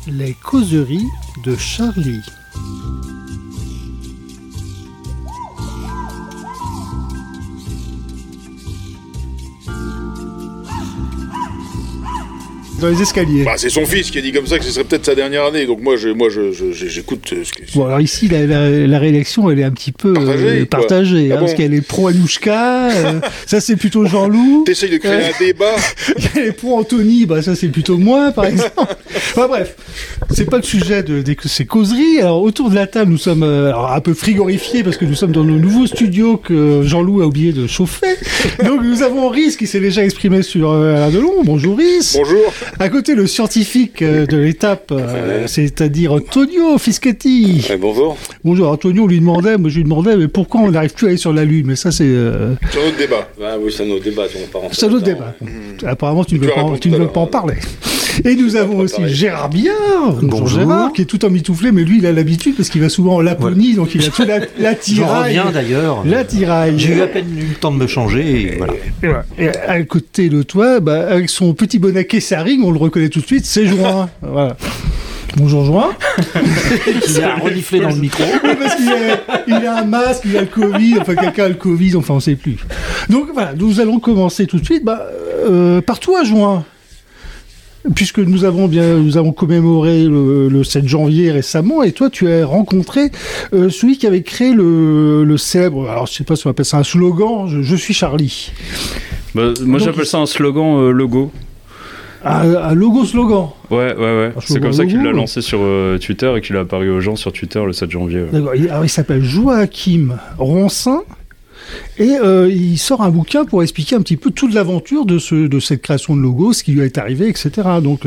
Les causeries de Charlie. Dans les escaliers. Bah, c'est son fils qui a dit comme ça que ce serait peut-être sa dernière année, donc moi j'écoute ce que... Bon, alors ici, la rédaction, elle est un petit peu partagée, bon. parce qu'elle est pro-Anouchka, ça c'est plutôt Jean-Loup. T'essayes de créer un débat. Elle est pro-Anthony, bah ça c'est plutôt moi, par exemple. Enfin bref, c'est pas le sujet de ces causeries. Alors autour de la table, nous sommes un peu frigorifiés, parce que nous sommes dans nos nouveaux studios que Jean-Loup a oublié de chauffer. Donc nous avons Rhys qui s'est déjà exprimé sur Alain Delon. Bonjour Rhys. Bonjour. À côté, le scientifique de l'étape, c'est-à-dire Antonio Fischetti. Bonjour. Bonjour, Antonio, je lui demandais, mais pourquoi on n'arrive plus à aller sur la Lune? Mais ça, c'est... C'est un autre débat. Ah, oui, c'est un autre débat, on part en c'est un autre débat. Apparemment, tu ne veux pas en parler. Et nous avons aussi Gérard Billard. Bonjour Gérard, qui est tout emmitouflé, mais lui, il a l'habitude, parce qu'il va souvent en Laponie, donc il a tout la tiraille. Je reviens d'ailleurs. La tiraille. J'ai eu à peine eu le temps de me changer, et voilà. Et à côté de toi, avec son petit bonnet Kessaring, on le reconnaît tout de suite, c'est Join. Voilà. Bonjour Join. Il a reniflé dans le micro. Oui, parce qu'il a un masque, il a le Covid, enfin quelqu'un a le Covid, enfin on sait plus. Donc voilà, nous allons commencer tout de suite par toi Join. Puisque nous avons commémoré le 7 janvier récemment, et toi tu as rencontré celui qui avait créé le célèbre, alors je sais pas si on appelle ça un slogan, je suis Charlie. Moi donc, j'appelle ça un slogan logo. Un logo slogan. Ouais. C'est comme ça qu'il l'a lancé sur Twitter et qu'il a apparu aux gens sur Twitter le 7 janvier. Ouais. D'accord. Alors, il s'appelle Joachim Ronsin et il sort un bouquin pour expliquer un petit peu toute l'aventure de cette création de logo, ce qui lui est arrivé, etc. Donc,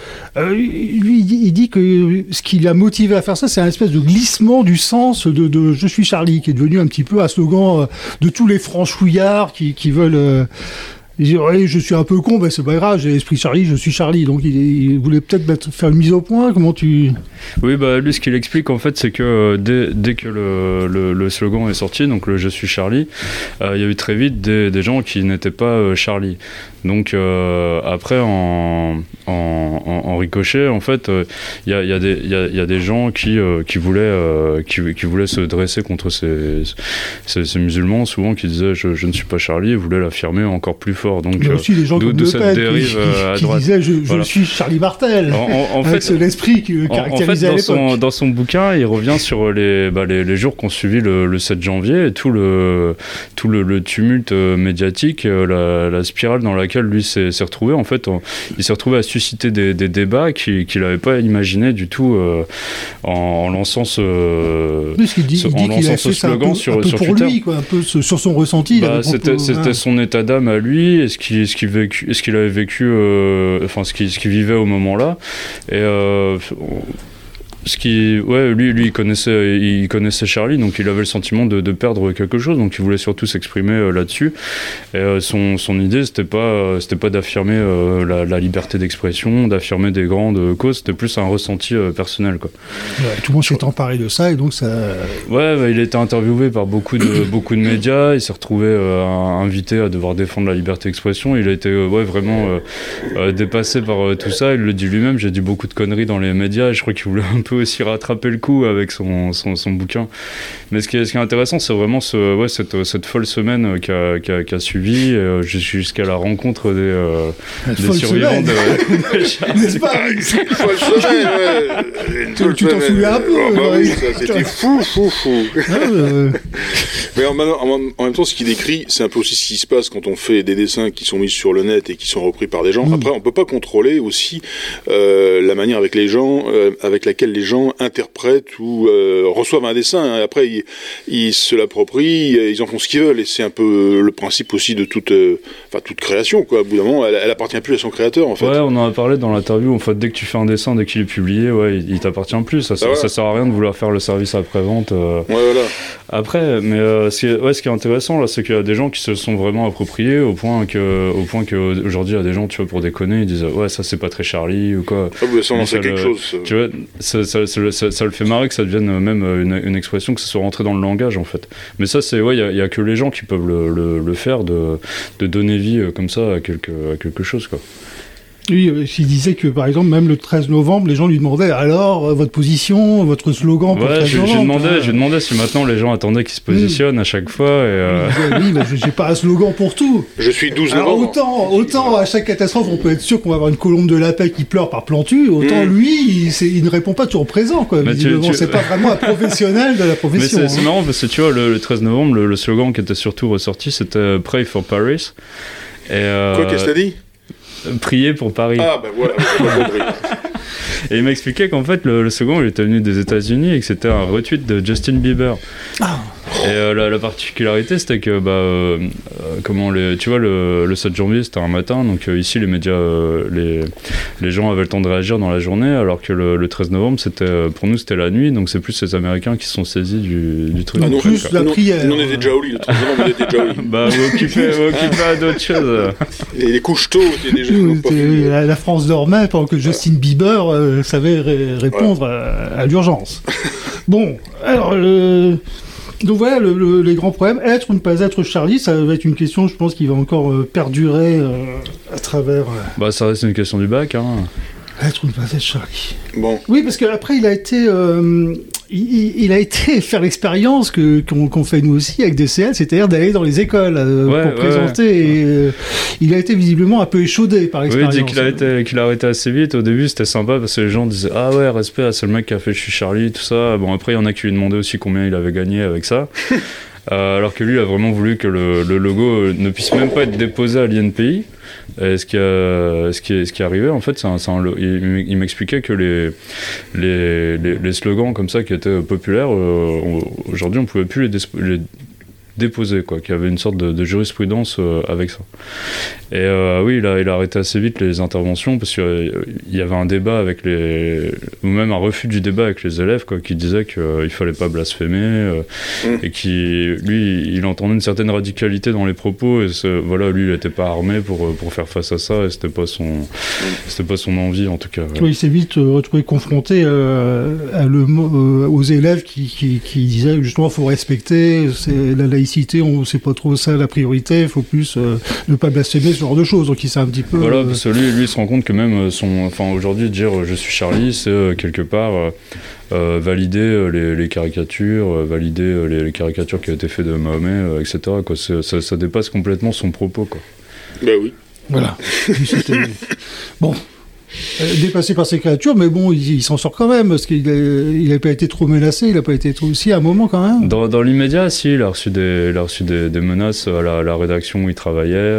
lui, il dit que ce qui l'a motivé à faire ça, c'est un espèce de glissement du sens de Je suis Charlie, qui est devenu un petit peu un slogan de tous les franchouillards qui veulent... Il dit, ouais, je suis un peu con, c'est pas grave, j'ai l'esprit Charlie, je suis Charlie. Donc il voulait peut-être faire une mise au point, comment tu... Oui, lui ce qu'il explique en fait, c'est que dès que le slogan est sorti, donc le Je suis Charlie, il y a eu très vite des gens qui n'étaient pas Charlie. Donc après, en ricochet, en fait, il y a des gens qui voulaient se dresser contre ces musulmans, souvent qui disaient je ne suis pas Charlie, et voulaient l'affirmer encore plus fort. Donc, il y a aussi des gens comme cette dérive à droite. Qui disaient je suis Charlie Martel, avec l'esprit qui caractérisait à l'époque. Dans son bouquin, il revient sur les jours qui ont suivi le 7 janvier et tout le tumulte médiatique, la spirale dans laquelle lui s'est retrouvé. En fait, il s'est retrouvé à susciter des débats qu'il n'avait pas imaginé du tout en lançant ce slogan sur pour Twitter. Lui, quoi, un peu sur son ressenti. C'était son état d'âme à lui, et ce qu'il avait vécu, ce qu'il vivait au moment-là. Et lui il connaissait Charlie, donc il avait le sentiment de perdre quelque chose, donc il voulait surtout s'exprimer là-dessus. Et son idée c'était pas d'affirmer la liberté d'expression, d'affirmer des grandes causes, c'était plus un ressenti personnel, quoi. Ouais, tout le monde s'est emparé de ça, et donc ça... il a été interviewé par beaucoup de médias, il s'est retrouvé invité à devoir défendre la liberté d'expression, il a été vraiment dépassé par tout ça, il le dit lui-même, j'ai dit beaucoup de conneries dans les médias, et je crois qu'il voulait un peu aussi rattraper le coup avec son bouquin. Mais ce qui est intéressant, c'est vraiment cette folle semaine qui a suivi jusqu'à la rencontre des survivants de n'est-ce pas? Folle semaine, tu t'en souviens un peu? Oui, ça, c'était fou. Mais en même temps, ce qu'il décrit, c'est un peu aussi ce qui se passe quand on fait des dessins qui sont mis sur le net et qui sont repris par des gens. Après, on peut pas contrôler aussi la manière avec laquelle les gens interprètent ou reçoivent un dessin. Après, ils se l'approprient, ils en font ce qu'ils veulent, et c'est un peu le principe aussi de toute création, quoi. Au bout d'un moment, elle appartient plus à son créateur, en fait. Ouais, on en a parlé dans l'interview. En fait, dès que tu fais un dessin, dès qu'il est publié, il t'appartient plus. Ça sert à rien de vouloir faire le service après-vente. Voilà. Après, mais ce qui est intéressant là, c'est qu'il y a des gens qui se sont vraiment appropriés au point que aujourd'hui, il y a des gens, tu vois, pour déconner, ils disent ouais, ça c'est pas très Charlie ou quoi. Ça en sait quelque chose. Tu vois, ça le fait marrer que ça devienne même une expression, que ça soit rentré dans le langage, en fait. Mais ça, c'est il y a que les gens qui peuvent le faire, de donner vie comme ça à quelque chose, quoi. Oui, il disait que, par exemple, même le 13 novembre, les gens lui demandaient alors votre position, votre slogan pour le 13 novembre. Je demandais si maintenant les gens attendaient qu'il se positionne à chaque fois. Oui, mais j'ai pas un slogan pour tout. Je suis 12 alors, novembre. autant à chaque catastrophe, on peut être sûr qu'on va avoir une colombe de la paix qui pleure par Plantu, autant lui, il ne répond pas toujours présent, quoi. Visiblement, c'est pas vraiment un professionnel de la profession. Mais c'est marrant parce que tu vois, le 13 novembre, le slogan qui était surtout ressorti, c'était Pray for Paris. Quoi, qu'est-ce que t'as dit ? Prier pour Paris. Ah, ben voilà, j'ai pas compris. Et il m'expliquait qu'en fait, le second, il était venu des États-Unis et que c'était un retweet de Justin Bieber. Ah. Et la particularité, c'était que, tu vois, le 7 janvier, c'était un matin, donc ici, les médias, les gens avaient le temps de réagir dans la journée, alors que le 13 novembre, pour nous, c'était la nuit, donc c'est plus les Américains qui se sont saisis du truc. Ah non, plus la prière. Nous, on était déjà au lit, le 13 novembre, on était déjà au lit. Vous occupez à d'autres choses. Et les couches tôt, étaient déjà... La France dormait pendant que Justin Bieber savait répondre à l'urgence. Bon, alors... Donc voilà les grands problèmes. Être ou ne pas être Charlie, ça va être une question, je pense, qui va encore perdurer à travers... ça reste une question du bac, hein. Être ou ne pas être Charlie. Bon. Oui, parce qu'après, il a été faire l'expérience qu'on fait nous aussi avec DCL, c'est-à-dire d'aller dans les écoles pour présenter. Et, il a été visiblement un peu échaudé par l'expérience. Oui, il dit qu'il a arrêté assez vite. Au début, c'était sympa parce que les gens disaient ah ouais, respect, c'est le mec qui a fait Je suis Charlie, tout ça. Bon, après, il y en a qui lui demandaient aussi combien il avait gagné avec ça. Alors que lui, il a vraiment voulu que le logo ne puisse même pas être déposé à l'INPI. Et ce qui est arrivé, en fait, il m'expliquait que les slogans comme ça qui étaient populaires, aujourd'hui, on ne pouvait plus les déposer, quoi, qu'il y avait une sorte de jurisprudence avec ça. Et oui, il a arrêté assez vite les interventions parce qu'il y avait un débat ou même un refus du débat avec les élèves, quoi, qui disaient qu'il fallait pas blasphémer et lui, il entendait une certaine radicalité dans les propos et lui, il n'était pas armé pour faire face à ça et c'était pas son envie, en tout cas. Oui, il s'est vite retrouvé confronté aux élèves qui disaient justement faut respecter, c'est la laïcité, c'est pas trop ça la priorité, il faut plus ne pas blasphémer, ce genre de choses. Donc il s'est un petit peu... Voilà, parce que lui il se rend compte que même aujourd'hui dire je suis Charlie, c'est quelque part valider les caricatures, valider les caricatures qui ont été faites de Mahomet, etc. Quoi. Ça dépasse complètement son propos, quoi. Ben oui. Voilà. Bon. Dépassé par ses créatures, mais bon, il s'en sort quand même, parce qu'il n'a pas été trop menacé, il n'a pas été trop aussi à un moment quand même. Dans l'immédiat, si, il a reçu des menaces à la rédaction où il travaillait.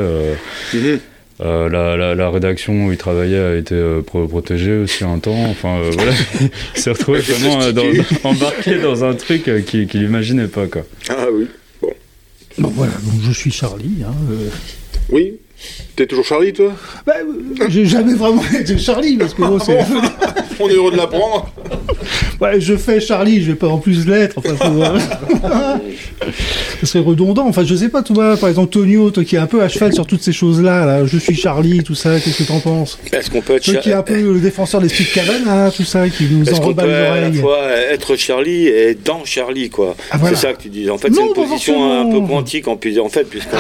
La rédaction où il travaillait a été protégée aussi un temps. Enfin, voilà, il s'est retrouvé vraiment embarqué dans un truc qu'il n'imaginait pas, quoi. Ah oui, bon. Bon, voilà, donc je suis Charlie. Oui. T'es toujours Charlie, toi ? J'ai jamais vraiment été Charlie, parce que bon, c'est... On est heureux de l'apprendre. Ouais, je fais Charlie, je vais pas en plus l'être. Enfin, ce serait redondant. Enfin, je sais pas, toi, par exemple, Tonio, toi qui est un peu à cheval sur toutes ces choses-là, là, je suis Charlie, tout ça, qu'est-ce que t'en penses ? Est-ce qu'on peut être Toi qui est un peu le défenseur des Steve Cabana, tout ça, qui nous enrobe les oreilles. À la fois être Charlie et dans Charlie, quoi. Ah, voilà. C'est ça que tu dis. En fait, c'est une position un peu quantique, en fait, puisqu'on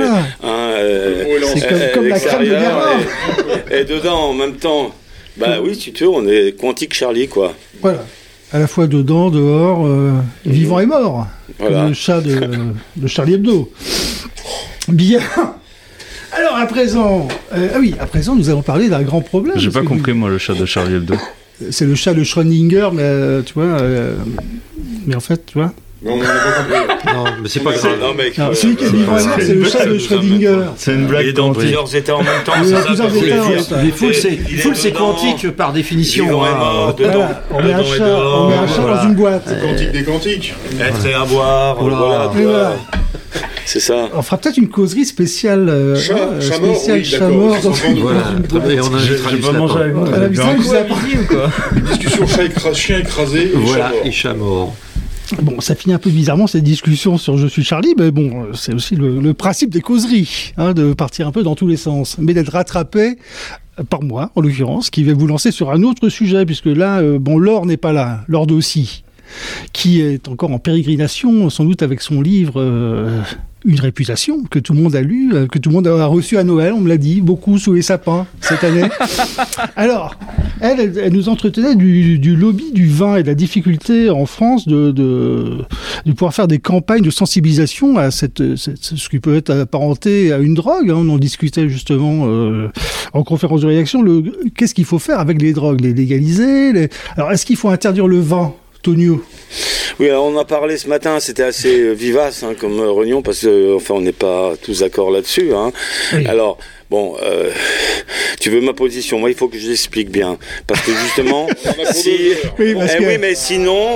c'est comme la crème de Guerlain. Et dedans, en même temps, oui, si tu veux, on est quantique Charlie, quoi. Voilà. À la fois dedans, dehors, vivant et mort. Voilà. Comme le chat de Charlie Hebdo. Bien. Alors, à présent, nous allons parler d'un grand problème. J'ai pas compris, moi, le chat de Charlie Hebdo. C'est le chat de Schrödinger, mais tu vois... mais en fait, tu vois... Non, on n'a pas compris. Non, mais c'est pas grave. Non, mec. Celui qui est vivant et mort, c'est le chat de Schrödinger. C'est une blague. Il est dans plusieurs états en même temps. Il est dans plusieurs états en même temps. Les foules, c'est quantique par définition. Voilà, on met un chat dans une boîte. C'est quantique des quantiques. Être et avoir, voilà. C'est ça. On fera peut-être une causerie spéciale chat mort dans une boîte. Et on J'ai pas mangé avec vous. Une discussion chien écrasé et chat mort. Bon, ça finit un peu bizarrement cette discussion sur Je suis Charlie, mais bon, c'est aussi le principe des causeries, de partir un peu dans tous les sens, mais d'être rattrapé par moi, en l'occurrence, qui vais vous lancer sur un autre sujet, puisque là, Laure n'est pas là, Laure Dossi. qui est encore en pérégrination, sans doute avec son livre Une réputation, que tout le monde a lu, que tout le monde a reçu à Noël, on me l'a dit, beaucoup sous les sapins cette année. Alors, elle nous entretenait du lobby du vin et de la difficulté en France de pouvoir faire des campagnes de sensibilisation à ce qui peut être apparenté à une drogue. On en discutait justement en conférence de rédaction. Qu'est-ce qu'il faut faire avec les drogues? Les légaliser? Alors, est-ce qu'il faut interdire le vin, Tonio? Oui, alors on en a parlé ce matin, c'était assez vivace comme réunion, parce que on n'est pas tous d'accord là-dessus. Oui. Alors, bon, tu veux ma position? Moi, il faut que je l'explique bien, parce que justement, mais sinon,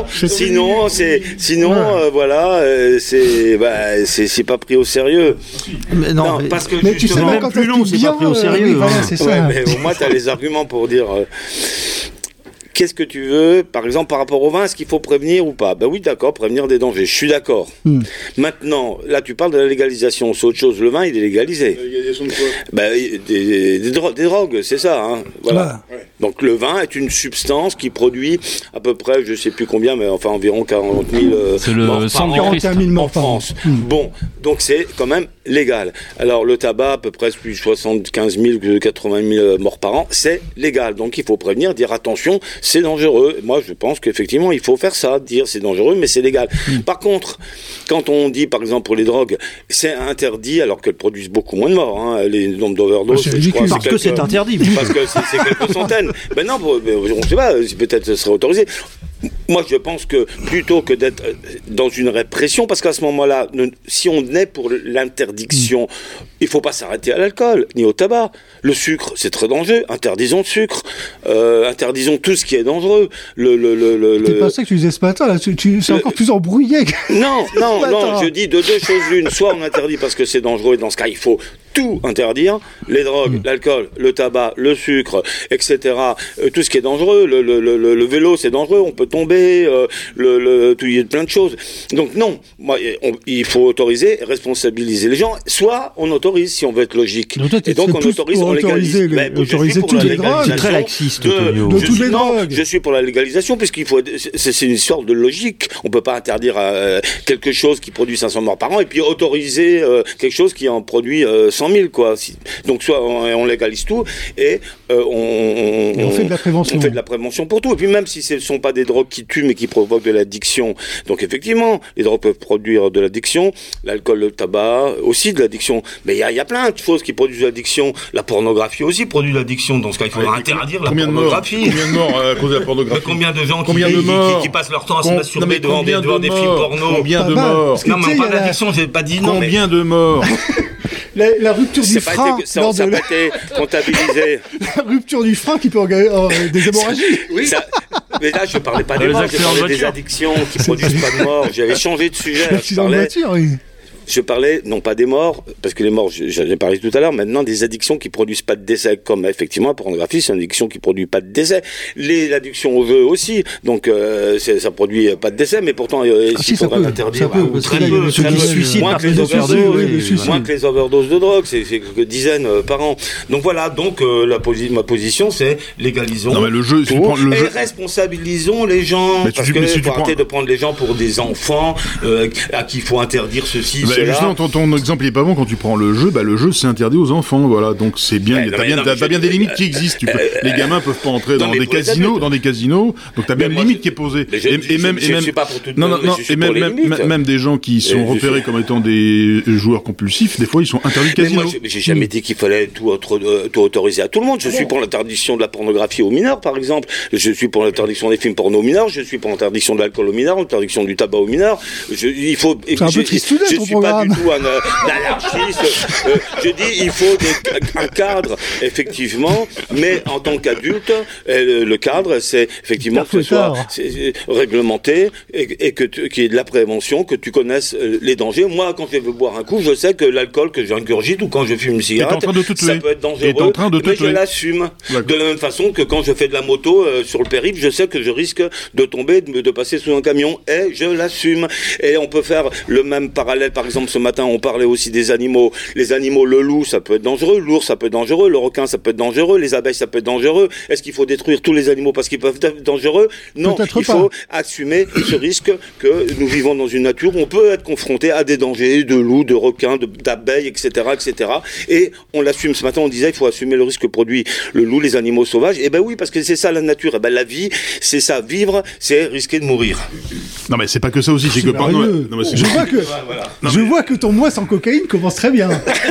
voilà, c'est pas pris au sérieux. Mais non, parce que mais tu sais pas, quand plus long, c'est pas pris au sérieux. Voilà, c'est ça. Mais au moins, t'as les arguments pour dire. Qu'est-ce que tu veux, par exemple, par rapport au vin, est-ce qu'il faut prévenir ou pas? Ben oui, d'accord, prévenir des dangers, je suis d'accord. Maintenant, là, tu parles de la légalisation, c'est autre chose. Le vin, il est légalisé. La légalisation de quoi? Ben, des drogues, c'est ça. Voilà. Ouais. Donc, le vin est une substance qui produit à peu près, je ne sais plus combien, mais enfin environ 40 000 morts par an 41 000 morts en France. Bon, donc c'est quand même légal. Alors, le tabac, à peu près plus 75 000, 80 000 morts par an, c'est légal. Donc, il faut prévenir, dire attention, c'est dangereux. Moi, je pense qu'effectivement, il faut faire ça, dire c'est dangereux, mais c'est légal. Par contre, quand on dit, par exemple, pour les drogues, c'est interdit, alors qu'elles produisent beaucoup moins de morts. Les nombres d'overdoses, je crois, parce que c'est interdit. Parce que c'est quelques centaines. Ben non, on ne sait pas, peut-être ce serait autorisé. Moi, je pense que plutôt que d'être dans une répression, parce qu'à ce moment-là, si on est pour l'interdiction, il ne faut pas s'arrêter à l'alcool, ni au tabac. Le sucre, c'est très dangereux. Interdisons le sucre. Interdisons tout ce qui est dangereux. C'est pas ça que tu disais ce matin, là. C'est encore plus embrouillé. Non, je dis de deux choses l'une. Soit on interdit parce que c'est dangereux, et dans ce cas, il faut tout interdire. Les drogues, l'alcool, le tabac, le sucre, etc. Tout ce qui est dangereux. Le vélo, c'est dangereux. On peut tomber. Il y a plein de choses. Donc non, il faut autoriser, responsabiliser les gens. Soit on autorise si on veut être logique. Et donc on autorise, on légalise. Autoriser toutes les drogues. C'est très laxiste, de toutes les drogues. Je suis pour la légalisation puisqu'il faut. C'est une histoire de logique. On peut pas interdire quelque chose qui produit 500 morts par an et puis autoriser quelque chose qui en produit 100 000 quoi. Donc soit on légalise tout et on fait de la prévention. On fait de la prévention pour tout. Et puis même si ce ne sont pas des drogues qui tuent mais qui provoquent de l'addiction. Donc effectivement, les drogues peuvent produire de l'addiction, l'alcool, le tabac aussi de l'addiction. Mais il y a plein de choses qui produisent de l'addiction. La pornographie aussi produit de l'addiction. Dans ce cas, il faudra interdire la pornographie. Combien de morts à cause de la pornographie? Mais combien de gens qui passent leur temps à se masturber devant des films porno? Combien de morts? Non, mais on parle d'addiction, j'ai pas dit non. Combien de morts? La rupture du frein. Ça n'a pas été comptabilisé. La rupture du frein qui peut organiser des hémorragies. Oui, mais là, je ne parlais pas des morts, je parlais des addictions qui ne produisent pas de morts. J'avais changé de sujet. Je parlais, non pas des morts, parce que les morts, j'en ai parlé tout à l'heure, maintenant des addictions qui produisent pas de décès, comme effectivement la pornographie, c'est une addiction qui produit pas de décès. L'addiction au jeu aussi, donc ça produit pas de décès, mais pourtant il faudra l'interdire. Moins que les overdoses de drogue, c'est quelques dizaines par an. Donc voilà, donc ma position c'est légalisons et responsabilisons les gens, parce que faut arrêter de prendre les gens pour des enfants à qui il faut interdire ceci. Justement, ton exemple il est pas bon quand tu prends le jeu. Le jeu c'est interdit aux enfants, voilà. Donc c'est bien. T'as bien des limites qui existent. Les gamins peuvent pas entrer dans des casinos, Donc t'as bien une limite qui est posée. Même des gens qui sont repérés comme étant des joueurs compulsifs, des fois ils sont interdits de casino. Moi, j'ai jamais dit qu'il fallait tout autoriser à tout le monde. Je suis pour l'interdiction de la pornographie aux mineurs, par exemple. Je suis pour l'interdiction des films porno aux mineurs. Je suis pour l'interdiction de l'alcool aux mineurs, l'interdiction du tabac aux mineurs. C'est un peu tristounet, ton programme. Pas du tout un anarchiste. Je dis il faut un cadre effectivement, mais en tant qu'adulte, le cadre c'est effectivement que ce soit réglementé et qu'il y ait de la prévention, que tu connaisses les dangers. Moi, quand je veux boire un coup, je sais que l'alcool que j'ingurgite ou quand je fume une cigarette, ça peut être dangereux, mais je l'assume. De la même façon que quand je fais de la moto sur le périple, je sais que je risque de tomber, de passer sous un camion et je l'assume. Et on peut faire le même parallèle, par exemple, exemple, ce matin, on parlait aussi des animaux. Les animaux, le loup, ça peut être dangereux, l'ours, ça peut être dangereux, le requin, ça peut être dangereux, les abeilles, ça peut être dangereux. Est-ce qu'il faut détruire tous les animaux parce qu'ils peuvent être dangereux? Non, il faut assumer ce risque que nous vivons dans une nature où on peut être confronté à des dangers de loups, de requins, d'abeilles, etc., etc. Et on l'assume. Ce matin, on disait, il faut assumer le risque que produit le loup, les animaux sauvages. Eh ben oui, parce que c'est ça la nature. Eh ben la vie, c'est ça. Vivre, c'est risquer de mourir. Non, mais c'est pas que ça aussi. C'est que je vois que ton mois sans cocaïne commence très bien.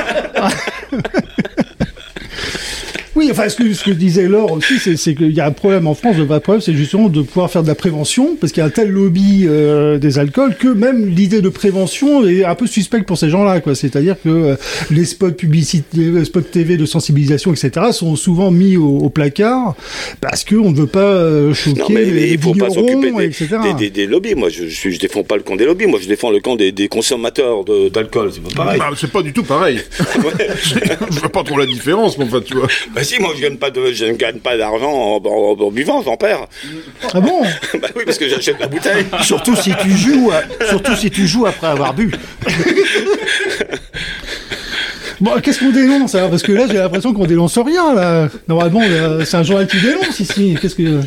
Oui, enfin, ce que disait Laure aussi, c'est qu'il y a un problème en France, le vrai problème, c'est justement de pouvoir faire de la prévention, parce qu'il y a un tel lobby des alcools que même l'idée de prévention est un peu suspecte pour ces gens-là, quoi. C'est-à-dire que les spots publicité, les spots TV de sensibilisation, etc., sont souvent mis au placard, parce qu'on ne veut pas choquer les vignerons, etc. Des lobbies. Moi, je défends pas le camp des lobbies, moi, je défends le camp des consommateurs d'alcool. C'est pas pareil. Bah, c'est pas du tout pareil. Je vois pas trop la différence, mais enfin, tu vois. Si, moi je ne gagne pas d'argent en buvant, j'en perds. Ah bon? Bah oui, parce que j'achète la bouteille. Surtout si tu joues après avoir bu. Bon, qu'est-ce qu'on dénonce alors? Parce que là, j'ai l'impression qu'on dénonce rien, là. Normalement, c'est un journal qui dénonce ici. Qu'est-ce que...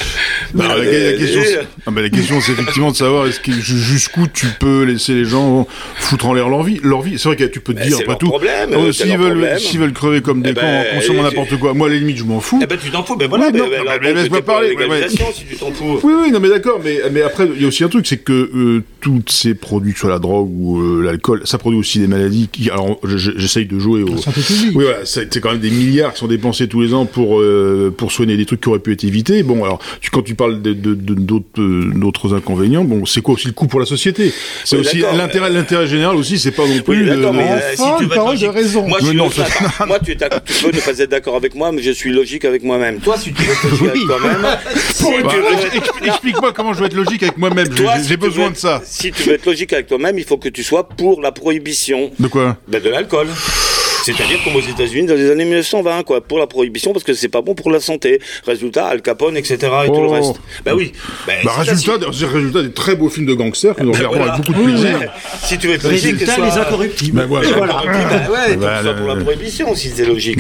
la question, c'est effectivement de savoir jusqu'où tu peux laisser les gens foutre en l'air leur vie. C'est vrai que tu peux te dire, après tout, s'ils veulent crever comme des cons en consommant n'importe quoi, moi, à la limite, je m'en fous. Eh ben, tu t'en fous, mais voilà. Mais laisse-moi parler. Si tu t'en fous. Oui, non, mais d'accord, mais après, il y a aussi un truc, c'est que tous ces produits, que ce soit la drogue ou l'alcool, ça produit aussi des maladies qui, alors, j'essaye de jouer au... Oui, voilà, c'est quand même des milliards qui sont dépensés tous les ans pour soigner des trucs qui auraient pu être évités. Bon, alors, quand tu parles d'autres inconvénients, bon, c'est quoi aussi le coût pour la société? C'est aussi l'intérêt général aussi, c'est pas non plus... Oui, d'accord, mais si tu veux être de raison. Moi, tu peux ne pas être d'accord avec moi, mais je suis logique avec moi-même. Toi, si tu veux être logique avec toi-même... Explique-moi comment je vais être logique avec moi-même. J'ai besoin de ça. Si tu veux être logique avec toi-même, il faut que tu sois pour la prohibition. De quoi? De l'alcool. C'est-à-dire comme aux États-Unis dans les années 1920, quoi, pour la prohibition, parce que c'est pas bon pour la santé. Résultat, Al Capone, etc. et tout le reste. Ben oui. Résultat des très beaux films de gangsters que nous regardons avec beaucoup de plaisir. Si tu veux être logique, résultat, les incorruptibles. Ben voilà. Il faut que ce soit pour la prohibition, si c'est logique.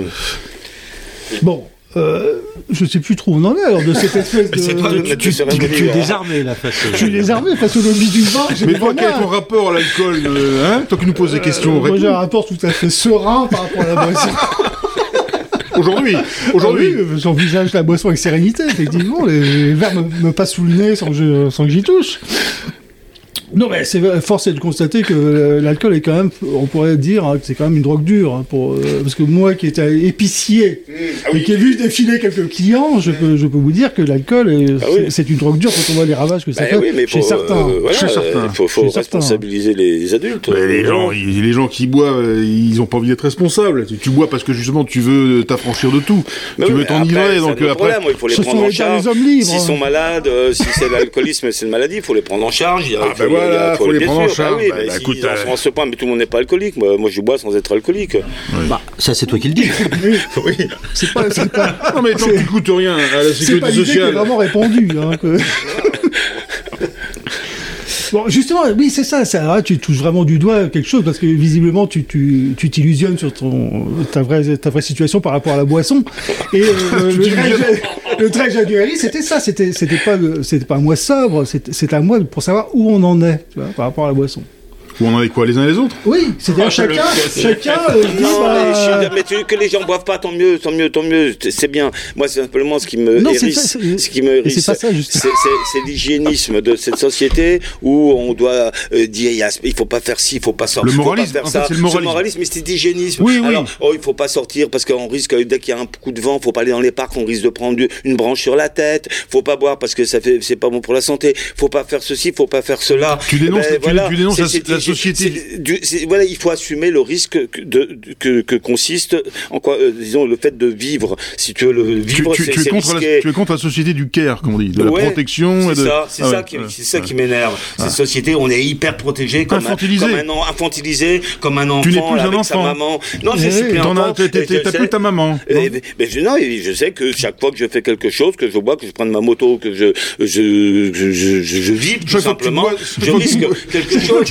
Bon. Je sais plus trop où on en est alors de cette espèce de... Tu es désarmé là face Je suis désarmé face au lobby du vin. Mais toi, quel est ton rapport à l'alcool, hein? Toi qui nous poses des questions. Moi j'ai un rapport tout à fait serein par rapport à la boisson. Aujourd'hui. J'envisage la boisson avec sérénité, effectivement. Les verres me passent sous le nez sans que j'y touche. Non, mais force est de constater que l'alcool est quand même, on pourrait dire, que c'est quand même une drogue dure. Parce que moi qui étais épicier et qui ai vu défiler quelques clients, je peux vous dire que l'alcool, c'est une drogue dure quand on voit les ravages que ça fait chez certains. Il faut responsabiliser les adultes. Mais les gens qui boivent, ils n'ont pas envie d'être responsables. Tu bois parce que justement tu veux t'affranchir de tout. Tu veux t'enivrer. Donc après, il faut les prendre en charge. S'ils sont malades, si c'est l'alcoolisme, c'est une maladie, il faut les prendre en charge. Voilà, faut les prendre en charge. Écoute, on se prend, mais tout le monde n'est pas alcoolique. Moi, je bois sans être alcoolique. Oui. Bah, ça, c'est toi qui le dis. Oui. C'est pas. Non, mais tant que tu coûtes rien à la sécurité sociale. C'est pas l'idée qui est vraiment répandue. Bon, justement, oui, c'est ça. Tu touches vraiment du doigt quelque chose parce que visiblement, tu t'illusionnes sur ta vraie situation par rapport à la boisson. Et le trait January, c'était ça. C'était pas un mois sobre. C'était un mois pour savoir où on en est, tu vois, par rapport à la boisson. Où on en est quoi, les uns et les autres? Oui, c'est-à-dire chacun mais que les gens boivent pas, tant mieux, c'est bien. Moi, c'est simplement ce qui me hérisse. C'est pas ça, justement. C'est l'hygiénisme de cette société où on doit dire il faut pas faire ci, il faut pas sortir, le moralisme, faut pas faire ça. C'est le moralisme, mais c'est l'hygiénisme. Oui. Alors, il faut pas sortir parce qu'on risque, dès qu'il y a un coup de vent, faut pas aller dans les parcs, on risque de prendre une branche sur la tête. Faut pas boire parce que c'est pas bon pour la santé. Faut pas faire ceci, faut pas faire cela. Tu dénonces la société. Voilà, il faut assumer le risque que consiste en quoi, disons, le fait de vivre. Si tu veux le vivre, c'est risqué. Tu es contre la société du care, comme on dit, de la protection. C'est ça qui m'énerve. Cette société, on est hyper protégé, infantilisé, comme un enfant. Tu n'es plus un enfant. Sa maman. Non, je suis plus un enfant. T'as plus ta maman. Mais je sais que chaque fois que je fais quelque chose, que je bois, que je prends ma moto, que je vis tout simplement, je risque quelque chose. Chaque fois que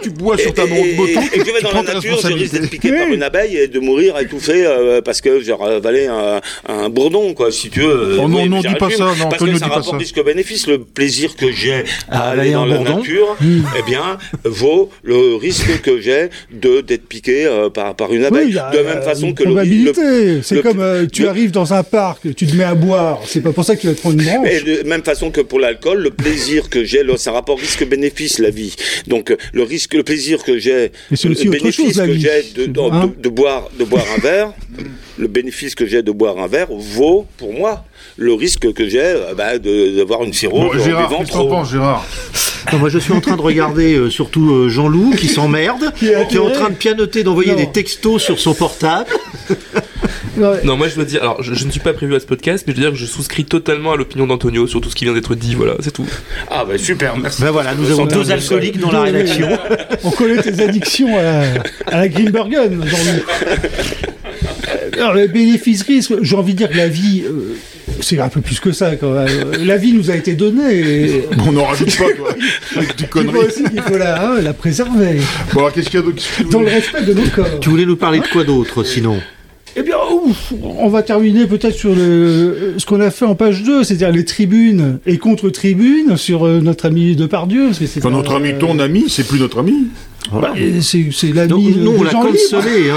tu bois sur ta moto. Et je vais dans la nature, je risque d'être piqué par une abeille et de mourir étouffé parce que j'ai avalé un bourdon, quoi, si tu veux. Oh non, dis pas ça, non, parce que c'est un rapport risque-bénéfice. Le plaisir que j'ai à aller dans la nature, eh bien, vaut le risque que j'ai d'être piqué par une abeille. De la même façon que probabilité. C'est comme tu arrives dans un parc, tu te mets à boire, c'est pas pour ça que tu vas te prendre une branche. Et de même façon que pour l'alcool, le plaisir que j'ai, c'est un rapport risque-bénéfice, la vie. Donc le plaisir que j'ai, le bénéfice que j'ai de boire un verre, le bénéfice que j'ai de boire un verre vaut pour moi le risque que j'ai d'avoir une cirrhose en buvant trop. Penses, Gérard? Non, moi je suis en train de regarder surtout Jean-Loup qui s'emmerde, qui est en train de pianoter, d'envoyer des textos sur son portable. Non, moi je dois dire, alors je ne suis pas prévu à ce podcast, mais je veux dire que je souscris totalement à l'opinion d'Antonio sur tout ce qui vient d'être dit, voilà, c'est tout. Ah bah super, merci. Ben voilà, nous avons deux alcooliques dans la rédaction. On connaît tes addictions à la Grimbergen, Jean-Loup. Alors, les bénéfices-risques, j'ai envie de dire que la vie, c'est un peu plus que ça, quand même. La vie nous a été donnée. Et... On n'en rajoute pas, toi, avec tes conneries. Il faut aussi qu'il faut la préserver. Bon, alors, qu'est-ce qu'il y a d'autre? Dans le respect de nos corps. Tu voulais nous parler de quoi d'autre, sinon? Eh bien, on va terminer peut-être sur ce qu'on a fait en page 2, c'est-à-dire les tribunes et contre-tribunes sur notre ami Depardieu. Notre ami, ton ami, c'est plus notre ami. Bah, c'est l'ami nous, on l'a cancelé.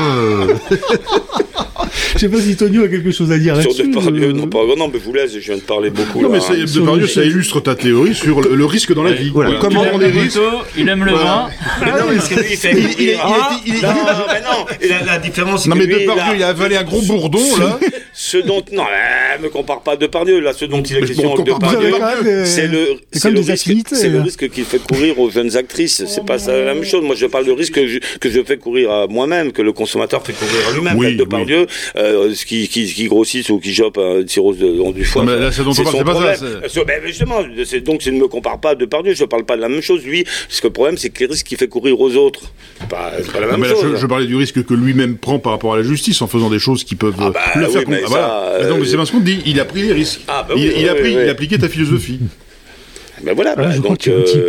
Je sais pas si Tonio a quelque chose à dire là-dessus. Sur Depardieu, non, mais je vous laisse, je viens de parler beaucoup. Non, mais Depardieu, ça illustre ta théorie sur le risque dans la vie. Voilà. Comment on est risque. Il aime le vin. Mais non, parce que lui, il fait. Non, la différence, c'est que non, mais Depardieu, il a avalé un gros bourdon, là. Non, me compare pas Depardieu, là, ce dont il est question avec Depardieu, c'est le risque qu'il fait courir aux jeunes actrices. C'est pas ça la même chose. Moi, je parle de risque que je fais courir à moi-même, que le consommateur fait courir à lui-même. Avec Depardieu, qui grossisse ou qui chope une cirrhose du foie. Mais là, c'est son problème. Mais justement, donc je ne me compare pas à Depardieu, je ne parle pas de la même chose. Lui, parce que le problème, c'est que les risques qu'il fait courir aux autres, c'est pas la même chose. Je parlais du risque que lui-même prend par rapport à la justice en faisant des choses qui peuvent le faire. Donc c'est parce qu'on dit, il a pris les risques. Il a appliqué ta philosophie. Ben voilà, je crois qu'il est un petit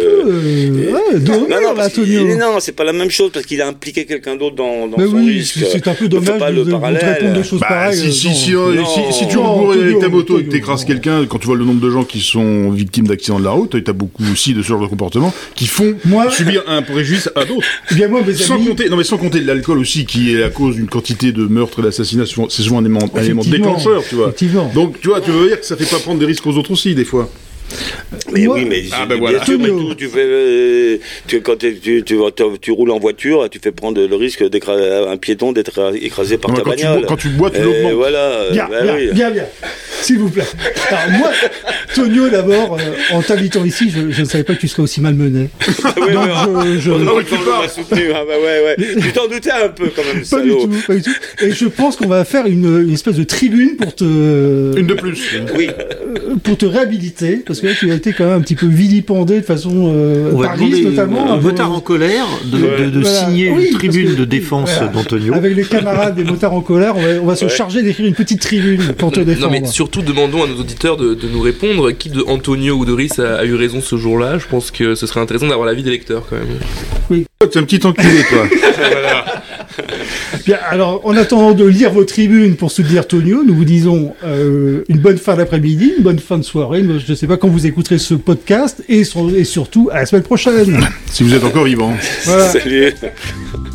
peu non, c'est pas la même chose parce qu'il a impliqué quelqu'un d'autre dans son risque. C'est un peu dommage de répondre des choses pareilles. Si tu roules avec ta moto et que t'écrases quelqu'un, quand tu vois le nombre de gens qui sont victimes d'accidents de la route, t'as beaucoup aussi de ce genre de comportement qui font subir un préjudice à d'autres. Sans compter l'alcool aussi qui est à cause d'une quantité de meurtres et d'assassinats, c'est souvent un élément déclencheur, tu vois. Donc tu vois, tu veux dire que ça fait pas prendre des risques aux autres aussi des fois. Mais oui, mais bien sûr, mais tu fais, quand tu roules en voiture, tu fais prendre le risque un piéton d'être écrasé par ta bagnole. Quand tu bois, tu l'augmentes. Voilà. Bien, s'il vous plaît. Alors moi, Tonio, d'abord, en t'invitant ici, je ne savais pas que tu serais aussi malmené. Tu t'en doutais un peu quand même. Pas du tout. Et je pense qu'on va faire une espèce de tribune pour te. Une de plus. Oui. Pour te réhabiliter, parce que là tu as été quand même un petit peu vilipendé de façon par Lise notamment. Un motard en colère de signer une tribune de défense d'Antonio. Avec les camarades des motards en colère, on va se charger d'écrire une petite tribune pour te défendre. Non mais surtout demandons à nos auditeurs de nous répondre qui de Antonio ou de Rhys a eu raison ce jour-là. Je pense que ce serait intéressant d'avoir l'avis des lecteurs quand même. Oui. T'es un petit enculé toi. Voilà. Bien, alors, en attendant de lire vos tribunes pour soutenir Tonio, nous vous disons une bonne fin d'après-midi, une bonne fin de soirée. Je ne sais pas quand vous écouterez ce podcast et surtout à la semaine prochaine. Si vous êtes encore vivant. Voilà. Salut.